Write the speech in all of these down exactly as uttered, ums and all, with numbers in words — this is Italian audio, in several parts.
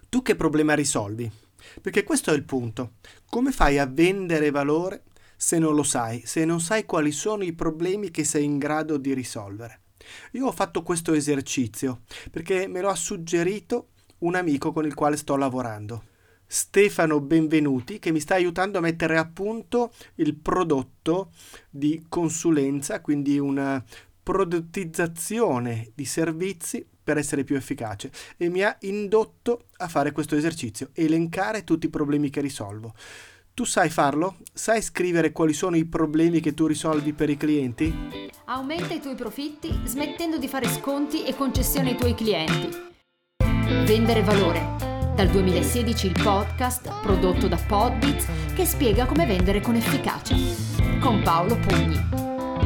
Tu che problema risolvi? Perché questo è il punto. Come fai a vendere valore se non lo sai, se non sai quali sono i problemi che sei in grado di risolvere? Io ho fatto questo esercizio perché me lo ha suggerito un amico con il quale sto lavorando. Stefano Benvenuti, che mi sta aiutando a mettere a punto il prodotto di consulenza, quindi una prodottizzazione di servizi per essere più efficace, e mi ha indotto a fare questo esercizio, elencare tutti i problemi che risolvo. Tu sai farlo? Sai scrivere quali sono i problemi che tu risolvi per i clienti? Aumenta i tuoi profitti smettendo di fare sconti e concessioni ai tuoi clienti. Vendere valore. Dal duemilasedici il podcast prodotto da Podbits che spiega come vendere con efficacia. Con Paolo Pugni.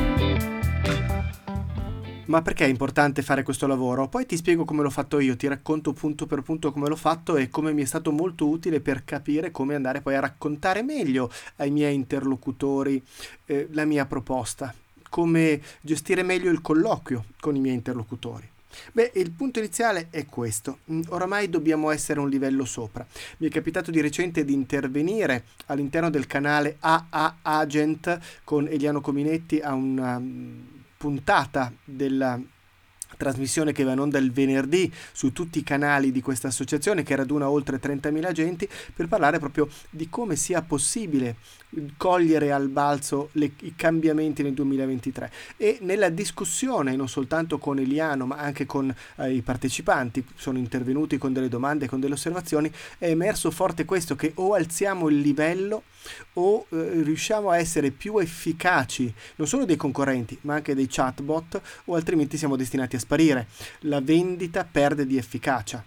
Ma perché è importante fare questo lavoro? Poi ti spiego come l'ho fatto io, ti racconto punto per punto come l'ho fatto e come mi è stato molto utile per capire come andare poi a raccontare meglio ai miei interlocutori eh, la mia proposta, come gestire meglio il colloquio con i miei interlocutori. Beh, il punto iniziale è questo. Oramai dobbiamo essere un livello sopra. Mi è capitato di recente di intervenire all'interno del canale A A Agent con Eliano Cominetti a una puntata della trasmissione che va in onda il venerdì su tutti i canali di questa associazione che raduna oltre trentamila agenti, per parlare proprio di come sia possibile cogliere al balzo le, i cambiamenti nel duemilaventitré. E nella discussione, non soltanto con Eliano ma anche con eh, i partecipanti, sono intervenuti con delle domande, con delle osservazioni, è emerso forte questo, che o alziamo il livello o eh, riusciamo a essere più efficaci non solo dei concorrenti ma anche dei chatbot, o altrimenti siamo destinati a sparire. La vendita perde di efficacia.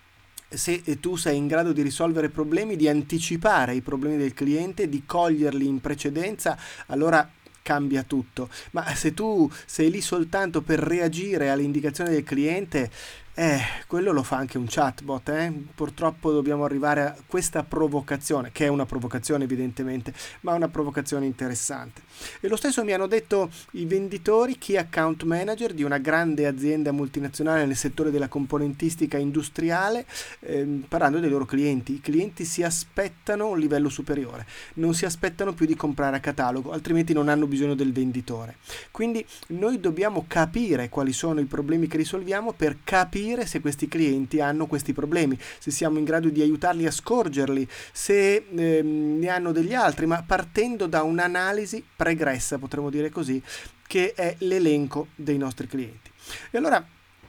Se tu sei in grado di risolvere problemi, di anticipare i problemi del cliente, di coglierli in precedenza, allora cambia tutto. Ma se tu sei lì soltanto per reagire alle indicazioni del cliente, eh, quello lo fa anche un chatbot, eh? Purtroppo dobbiamo arrivare a questa provocazione, che è una provocazione evidentemente, ma una provocazione interessante. E lo stesso mi hanno detto i venditori, key account manager di una grande azienda multinazionale nel settore della componentistica industriale, ehm, parlando dei loro clienti. I clienti si aspettano un livello superiore, non si aspettano più di comprare a catalogo, altrimenti non hanno bisogno del venditore. Quindi noi dobbiamo capire quali sono i problemi che risolviamo per capire se questi clienti hanno questi problemi, se siamo in grado di aiutarli a scorgerli, se ehm, ne hanno degli altri, ma partendo da un'analisi pregressa, potremmo dire così, che è l'elenco dei nostri clienti. E allora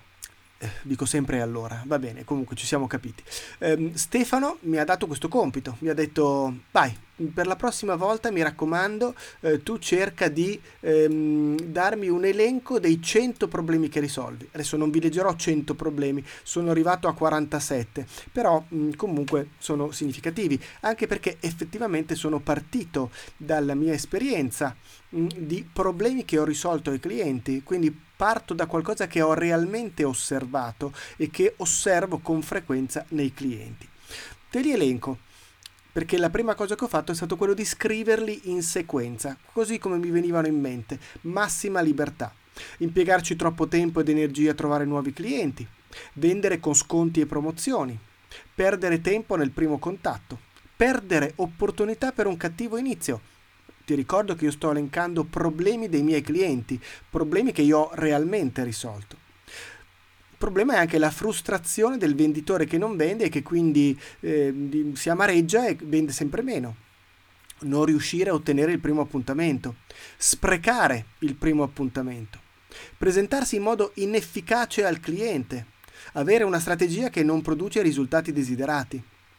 dico sempre allora, va bene, comunque ci siamo capiti. Eh, Stefano mi ha dato questo compito, mi ha detto vai, per la prossima volta mi raccomando, eh, tu cerca di ehm, darmi un elenco dei cento problemi che risolvi. Adesso non vi leggerò cento problemi, sono arrivato a quarantasette, però mh, comunque sono significativi, anche perché effettivamente sono partito dalla mia esperienza mh, di problemi che ho risolto ai clienti, quindi parto da qualcosa che ho realmente osservato e che osservo con frequenza nei clienti. Te li elenco, perché la prima cosa che ho fatto è stato quello di scriverli in sequenza, così come mi venivano in mente. Massima libertà. Impiegarci troppo tempo ed energia a trovare nuovi clienti, vendere con sconti e promozioni, perdere tempo nel primo contatto, perdere opportunità per un cattivo inizio. Ti ricordo che io sto elencando problemi dei miei clienti, problemi che io ho realmente risolto. Il problema è anche la frustrazione del venditore che non vende e che quindi eh, si amareggia e vende sempre meno. Non riuscire a ottenere il primo appuntamento, sprecare il primo appuntamento, presentarsi in modo inefficace al cliente, avere una strategia che non produce i risultati desiderati,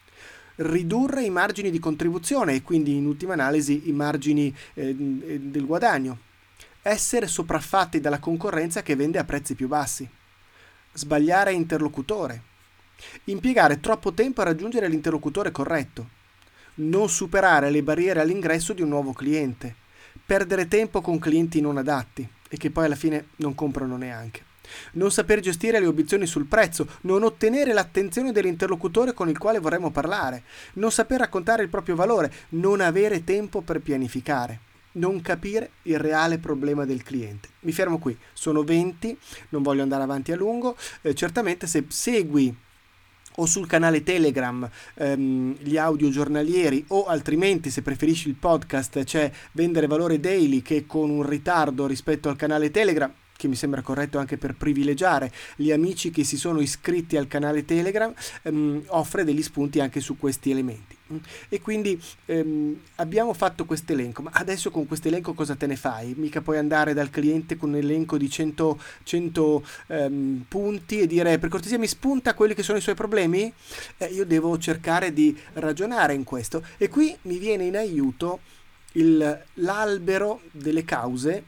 ridurre i margini di contribuzione e quindi in ultima analisi i margini eh, del guadagno, essere sopraffatti dalla concorrenza che vende a prezzi più bassi, sbagliare interlocutore, impiegare troppo tempo a raggiungere l'interlocutore corretto, non superare le barriere all'ingresso di un nuovo cliente, perdere tempo con clienti non adatti e che poi alla fine non comprano neanche. Non saper gestire le obiezioni sul prezzo, non ottenere l'attenzione dell'interlocutore con il quale vorremmo parlare, non saper raccontare il proprio valore, non avere tempo per pianificare, non capire il reale problema del cliente. Mi fermo qui, sono venti, non voglio andare avanti a lungo, eh, certamente se segui o sul canale Telegram ehm, gli audio giornalieri, o altrimenti, se preferisci il podcast, c'è Vendere Valore Daily, che con un ritardo rispetto al canale Telegram, che mi sembra corretto anche per privilegiare gli amici che si sono iscritti al canale Telegram, ehm, offre degli spunti anche su questi elementi. E quindi ehm, abbiamo fatto questo elenco, ma adesso con questo elenco cosa te ne fai? Mica puoi andare dal cliente con un elenco di cento, cento ehm, punti e dire: per cortesia mi spunta quelli che sono i suoi problemi? Eh, io devo cercare di ragionare in questo, e qui mi viene in aiuto il, l'albero delle cause,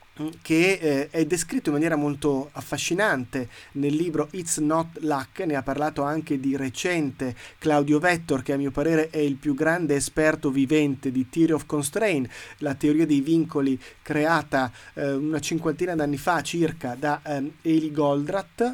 che eh, è descritto in maniera molto affascinante nel libro It's Not Luck. Ne ha parlato anche di recente Claudio Vettor, che a mio parere è il più grande esperto vivente di Theory of Constraint, la teoria dei vincoli creata eh, una cinquantina d'anni fa circa da ehm, Eli Goldratt.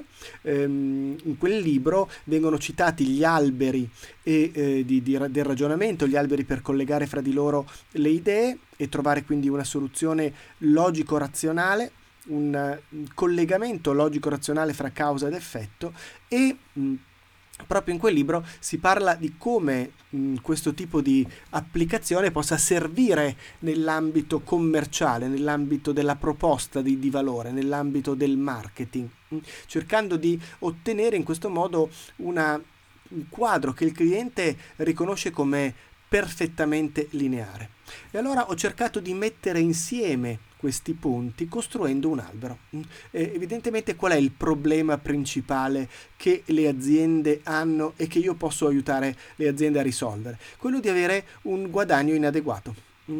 Ehm, in quel libro vengono citati gli alberi e, eh, di, di, del ragionamento, gli alberi per collegare fra di loro le idee e trovare quindi una soluzione logico-razionale, un collegamento logico-razionale fra causa ed effetto. E mh, proprio in quel libro si parla di come mh, questo tipo di applicazione possa servire nell'ambito commerciale, nell'ambito della proposta di, di valore, nell'ambito del marketing, mh, cercando di ottenere in questo modo una, un quadro che il cliente riconosce come perfettamente lineare. E allora ho cercato di mettere insieme questi punti costruendo un albero. E evidentemente qual è il problema principale che le aziende hanno e che io posso aiutare le aziende a risolvere? Quello di avere un guadagno inadeguato.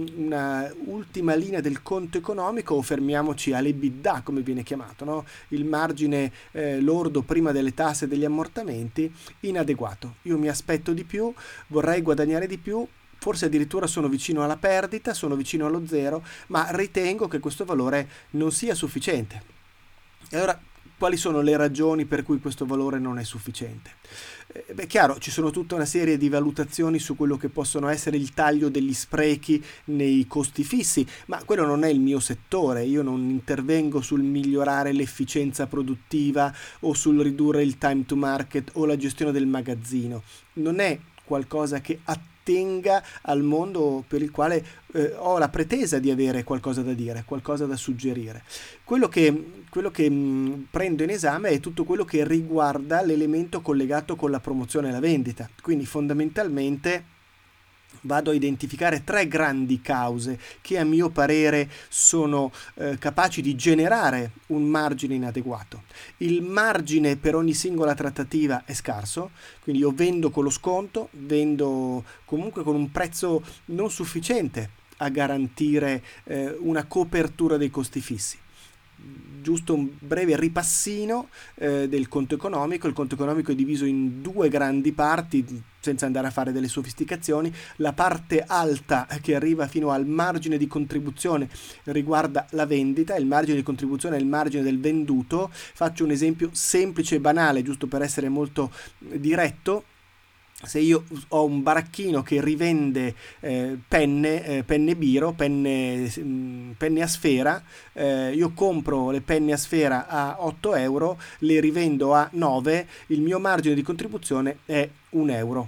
Una ultima linea del conto economico, o fermiamoci all'EBITDA come viene chiamato, no? Il margine eh, lordo prima delle tasse e degli ammortamenti, inadeguato. Io mi aspetto di più, vorrei guadagnare di più, forse addirittura sono vicino alla perdita, sono vicino allo zero, ma ritengo che questo valore non sia sufficiente. E allora, quali sono le ragioni per cui questo valore non è sufficiente? Eh, beh, chiaro, ci sono tutta una serie di valutazioni su quello che possono essere il taglio degli sprechi nei costi fissi, ma quello non è il mio settore. Io non intervengo sul migliorare l'efficienza produttiva o sul ridurre il time to market o la gestione del magazzino. Non è qualcosa che attenga al mondo per il quale eh, ho la pretesa di avere qualcosa da dire, qualcosa da suggerire. Quello che, quello che mh, prendo in esame è tutto quello che riguarda l'elemento collegato con la promozione e la vendita. Quindi fondamentalmente vado a identificare tre grandi cause che a mio parere sono eh, capaci di generare un margine inadeguato. Il margine per ogni singola trattativa è scarso, quindi io vendo con lo sconto, vendo comunque con un prezzo non sufficiente a garantire eh, una copertura dei costi fissi. Giusto un breve ripassino eh, del conto economico. Il conto economico è diviso in due grandi parti, senza andare a fare delle sofisticazioni. La parte alta, che arriva fino al margine di contribuzione, riguarda la vendita. Il margine di contribuzione è il margine del venduto. Faccio un esempio semplice e banale, giusto per essere molto diretto. Se io ho un baracchino che rivende eh, penne, eh, penne biro, penne, mh, penne a sfera, eh, io compro le penne a sfera a otto euro, le rivendo a nove, il mio margine di contribuzione è un euro.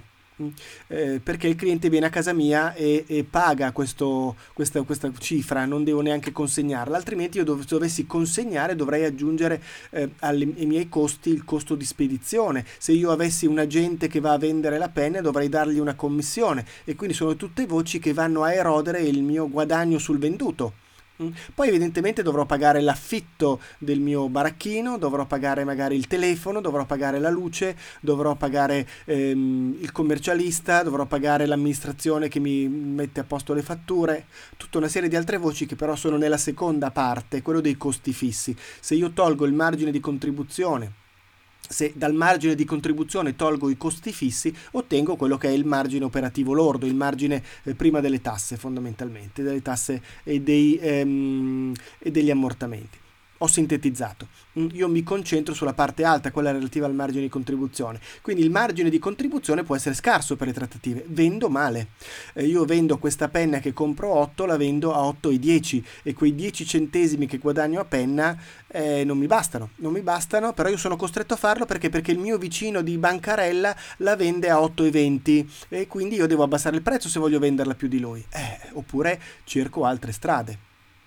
Eh, perché il cliente viene a casa mia e, e paga questo, questa, questa cifra, non devo neanche consegnarla, altrimenti io dov- dovessi consegnare dovrei aggiungere eh, alle, ai miei costi il costo di spedizione. Se io avessi un agente che va a vendere la penna dovrei dargli una commissione, e quindi sono tutte voci che vanno a erodere il mio guadagno sul venduto. Poi evidentemente dovrò pagare l'affitto del mio baracchino, dovrò pagare magari il telefono, dovrò pagare la luce, dovrò pagare ehm, il commercialista, dovrò pagare l'amministrazione che mi mette a posto le fatture, tutta una serie di altre voci che però sono nella seconda parte, quello dei costi fissi. Se io tolgo il margine di contribuzione, se dal margine di contribuzione tolgo i costi fissi, ottengo quello che è il margine operativo lordo, il margine eh, prima delle tasse, fondamentalmente, delle tasse e, dei, ehm, e degli ammortamenti. Ho sintetizzato. Io mi concentro sulla parte alta, quella relativa al margine di contribuzione. Quindi il margine di contribuzione può essere scarso per le trattative. Vendo male. Eh, io vendo questa penna che compro otto, la vendo a otto e dieci e quei dieci centesimi che guadagno a penna eh, non mi bastano. Non mi bastano, però io sono costretto a farlo perché perché il mio vicino di bancarella la vende a otto e venti e quindi io devo abbassare il prezzo se voglio venderla più di lui. Eh, oppure cerco altre strade.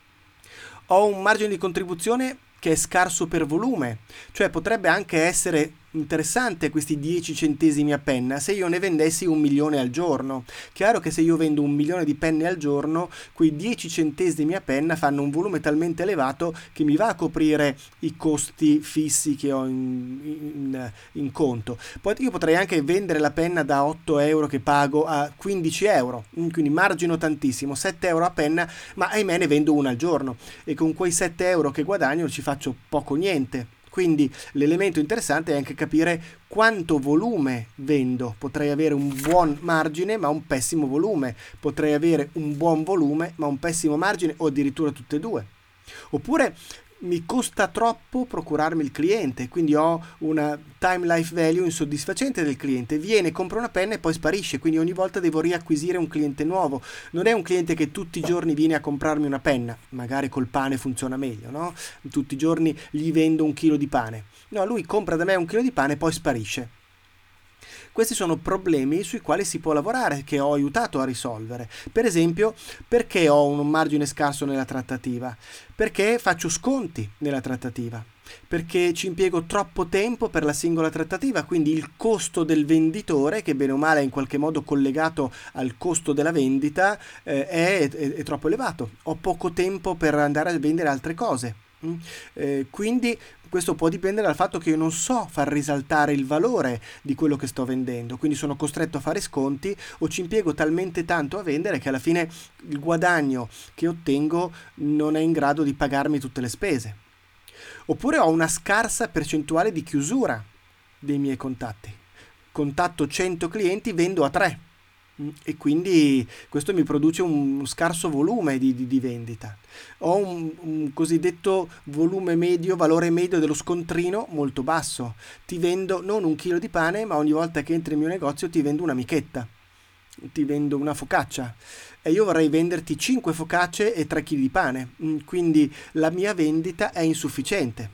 Ho un margine di contribuzione che è scarso per volume, cioè potrebbe anche essere interessante questi dieci centesimi a penna se io ne vendessi un milione al giorno. Chiaro che se io vendo un milione di penne al giorno, quei dieci centesimi a penna fanno un volume talmente elevato che mi va a coprire i costi fissi che ho in, in, in conto. Poi io potrei anche vendere la penna da otto euro che pago a quindici euro, quindi margino tantissimo, sette euro a penna, ma ahimè ne vendo una al giorno e con quei sette euro che guadagno ci faccio poco niente. Quindi l'elemento interessante è anche capire quanto volume vendo. Potrei avere un buon margine ma un pessimo volume, potrei avere un buon volume ma un pessimo margine o addirittura tutte e due. Oppure mi costa troppo procurarmi il cliente, quindi ho una time life value insoddisfacente del cliente, viene, compra una penna e poi sparisce, quindi ogni volta devo riacquisire un cliente nuovo. Non è un cliente che tutti i giorni viene a comprarmi una penna, magari col pane funziona meglio, no? Tutti i giorni gli vendo un chilo di pane. No, lui compra da me un chilo di pane e poi sparisce. Questi sono problemi sui quali si può lavorare, che ho aiutato a risolvere. Per esempio, perché ho un margine scarso nella trattativa? Perché faccio sconti nella trattativa. Perché ci impiego troppo tempo per la singola trattativa, quindi il costo del venditore, che bene o male è in qualche modo collegato al costo della vendita, eh, è, è, è troppo elevato. Ho poco tempo per andare a vendere altre cose. Mm? Eh, quindi questo può dipendere dal fatto che io non so far risaltare il valore di quello che sto vendendo, quindi sono costretto a fare sconti o ci impiego talmente tanto a vendere che alla fine il guadagno che ottengo non è in grado di pagarmi tutte le spese. Oppure ho una scarsa percentuale di chiusura dei miei contatti. Contatto cento clienti, vendo a tre. E quindi questo mi produce un scarso volume di, di, di vendita. Ho un, un cosiddetto volume medio, valore medio dello scontrino molto basso. Ti vendo non un chilo di pane, ma ogni volta che entri nel mio negozio ti vendo una michetta, ti vendo una focaccia e io vorrei venderti cinque focacce e tre chili di pane, quindi la mia vendita è insufficiente.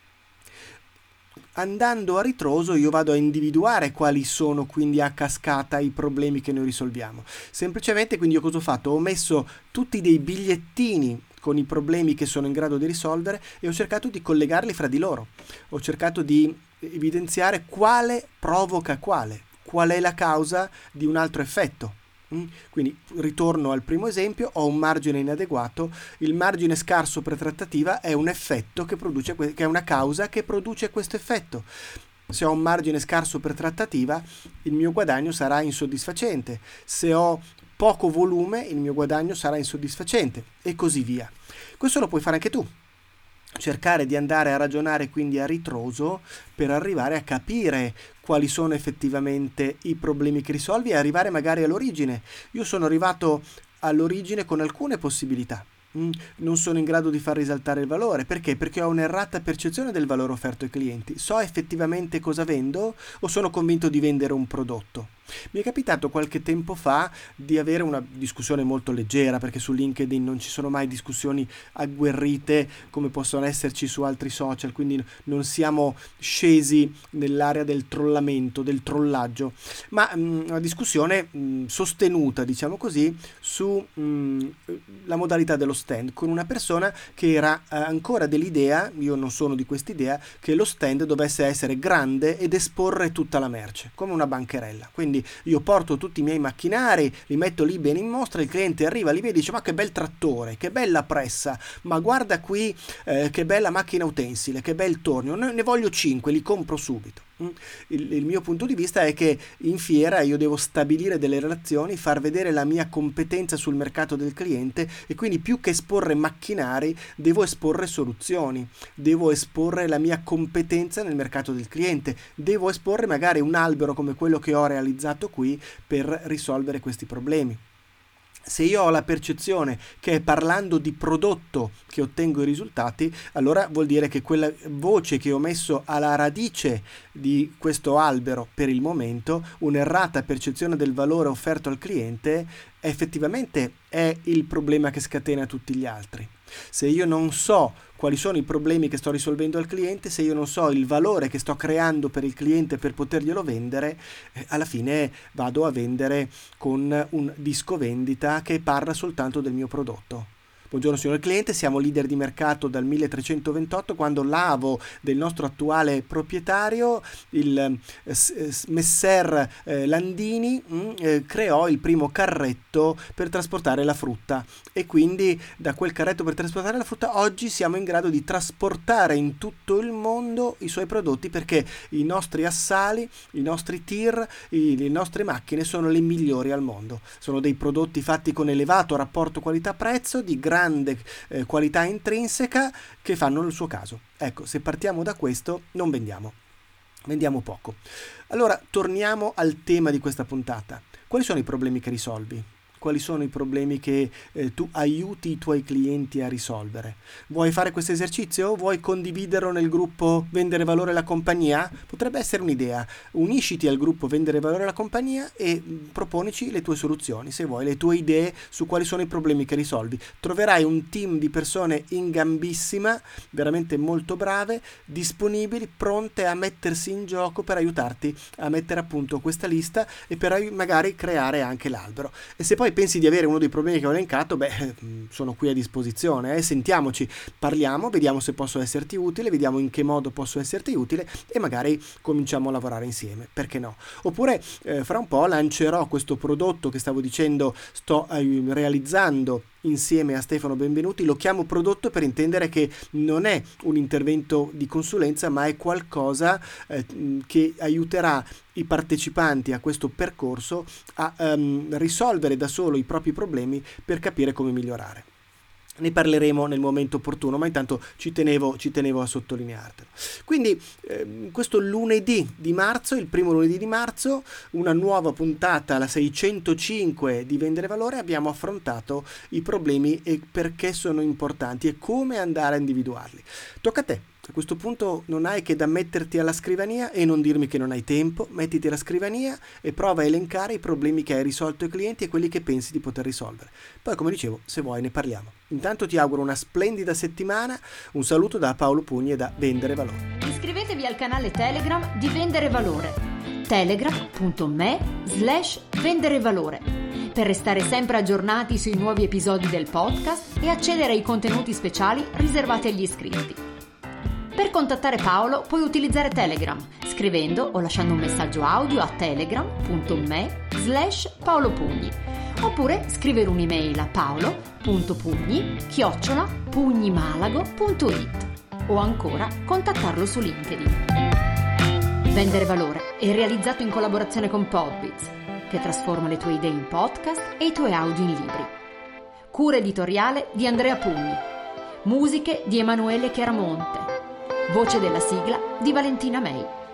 Andando a ritroso io vado a individuare quali sono quindi a cascata i problemi che noi risolviamo. Semplicemente quindi io cosa ho fatto? Ho messo tutti dei bigliettini con i problemi che sono in grado di risolvere e ho cercato di collegarli fra di loro. Ho cercato di evidenziare quale provoca quale, qual è la causa di un altro effetto. Quindi ritorno al primo esempio, ho un margine inadeguato, il margine scarso per trattativa è un effetto che produce, che è una causa che produce questo effetto. Se ho un margine scarso per trattativa, il mio guadagno sarà insoddisfacente. Se ho poco volume, il mio guadagno sarà insoddisfacente e così via. Questo lo puoi fare anche tu. Cercare di andare a ragionare quindi a ritroso per arrivare a capire quali sono effettivamente i problemi che risolvi e arrivare magari all'origine. Io sono arrivato all'origine con alcune possibilità. Non sono in grado di far risaltare il valore. Perché? Perché ho un'errata percezione del valore offerto ai clienti. So effettivamente cosa vendo o sono convinto di vendere un prodotto? Mi è capitato qualche tempo fa di avere una discussione molto leggera, perché su LinkedIn non ci sono mai discussioni agguerrite come possono esserci su altri social, quindi non siamo scesi nell'area del trollamento, del trollaggio, ma mh, una discussione mh, sostenuta, diciamo così, su mh, la modalità dello stand, con una persona che era eh, ancora dell'idea, io non sono di quest'idea, che lo stand dovesse essere grande ed esporre tutta la merce, come una bancherella. Quindi io porto tutti i miei macchinari, li metto lì bene in mostra, il cliente arriva, li vede e dice: ma che bel trattore, che bella pressa, ma guarda qui eh, che bella macchina utensile, che bel tornio, ne, ne voglio cinque, li compro subito. Il, il mio punto di vista è che in fiera io devo stabilire delle relazioni, far vedere la mia competenza sul mercato del cliente e quindi più che esporre macchinari devo esporre soluzioni, devo esporre la mia competenza nel mercato del cliente, devo esporre magari un albero come quello che ho realizzato qui per risolvere questi problemi. Se io ho la percezione che è parlando di prodotto che ottengo i risultati, allora vuol dire che quella voce che ho messo alla radice di questo albero per il momento, un'errata percezione del valore offerto al cliente, effettivamente è il problema che scatena tutti gli altri. Se io non so quali sono i problemi che sto risolvendo al cliente, se io non so il valore che sto creando per il cliente per poterglielo vendere, eh, alla fine vado a vendere con un disco vendita che parla soltanto del mio prodotto. Buongiorno signor cliente, siamo leader di mercato dal milletrecentoventotto, quando l'avo del nostro attuale proprietario, il eh, messer eh, Landini, mh, eh, creò il primo carretto per trasportare la frutta, e quindi da quel carretto per trasportare la frutta oggi siamo in grado di trasportare in tutto il mondo i suoi prodotti, perché i nostri assali, i nostri tir, i, le nostre macchine sono le migliori al mondo. Sono dei prodotti fatti con elevato rapporto qualità-prezzo, di grande eh, qualità intrinseca, che fanno il suo caso. Ecco, se partiamo da questo non vendiamo, vendiamo poco. Allora, torniamo al tema di questa puntata. Quali sono i problemi che risolvi? Quali sono i problemi che eh, tu aiuti i tuoi clienti a risolvere? Vuoi fare questo esercizio? Vuoi condividerlo nel gruppo Vendere Valore alla Compagnia? Potrebbe essere un'idea. Unisciti al gruppo Vendere Valore alla Compagnia e proponici le tue soluzioni, se vuoi, le tue idee su quali sono i problemi che risolvi. Troverai un team di persone in gambissima, veramente molto brave, disponibili, pronte a mettersi in gioco per aiutarti a mettere a punto questa lista e per magari creare anche l'albero. E se poi pensi di avere uno dei problemi che ho elencato, beh, sono qui a disposizione, eh? Sentiamoci, parliamo, vediamo se posso esserti utile, vediamo in che modo posso esserti utile e magari cominciamo a lavorare insieme, perché no? Oppure eh, fra un po' lancerò questo prodotto che stavo dicendo sto eh, realizzando insieme a Stefano Benvenuti. Lo chiamo prodotto per intendere che non è un intervento di consulenza, ma è qualcosa eh, che aiuterà i partecipanti a questo percorso a um, risolvere da solo i propri problemi per capire come migliorare. Ne parleremo nel momento opportuno, ma intanto ci tenevo, ci tenevo a sottolineartelo. Quindi eh, questo lunedì di marzo, il primo lunedì di marzo, una nuova puntata, la seicentocinque di Vendere Valore, abbiamo affrontato i problemi e perché sono importanti e come andare a individuarli. Tocca a te. A questo punto non hai che da metterti alla scrivania e non dirmi che non hai tempo. Mettiti alla scrivania e prova a elencare i problemi che hai risolto ai clienti e quelli che pensi di poter risolvere. Poi, come dicevo, se vuoi ne parliamo. Intanto ti auguro una splendida settimana. Un saluto da Paolo Pugni e da Vendere Valore. Iscrivetevi al canale Telegram di Vendere Valore. telegram punto me slash vendere valore per restare sempre aggiornati sui nuovi episodi del podcast e accedere ai contenuti speciali riservati agli iscritti. Per contattare Paolo puoi utilizzare Telegram scrivendo o lasciando un messaggio audio a telegram punto me slash paolopugni oppure scrivere un'email a paolo punto pugni chiocciola pugnimalago punto it o ancora contattarlo su LinkedIn. Vendere Valore è realizzato in collaborazione con Podbiz, che trasforma le tue idee in podcast e i tuoi audio in libri. Cura editoriale di Andrea Pugni. Musiche di Emanuele Chiaramonte. Voce della sigla di Valentina May.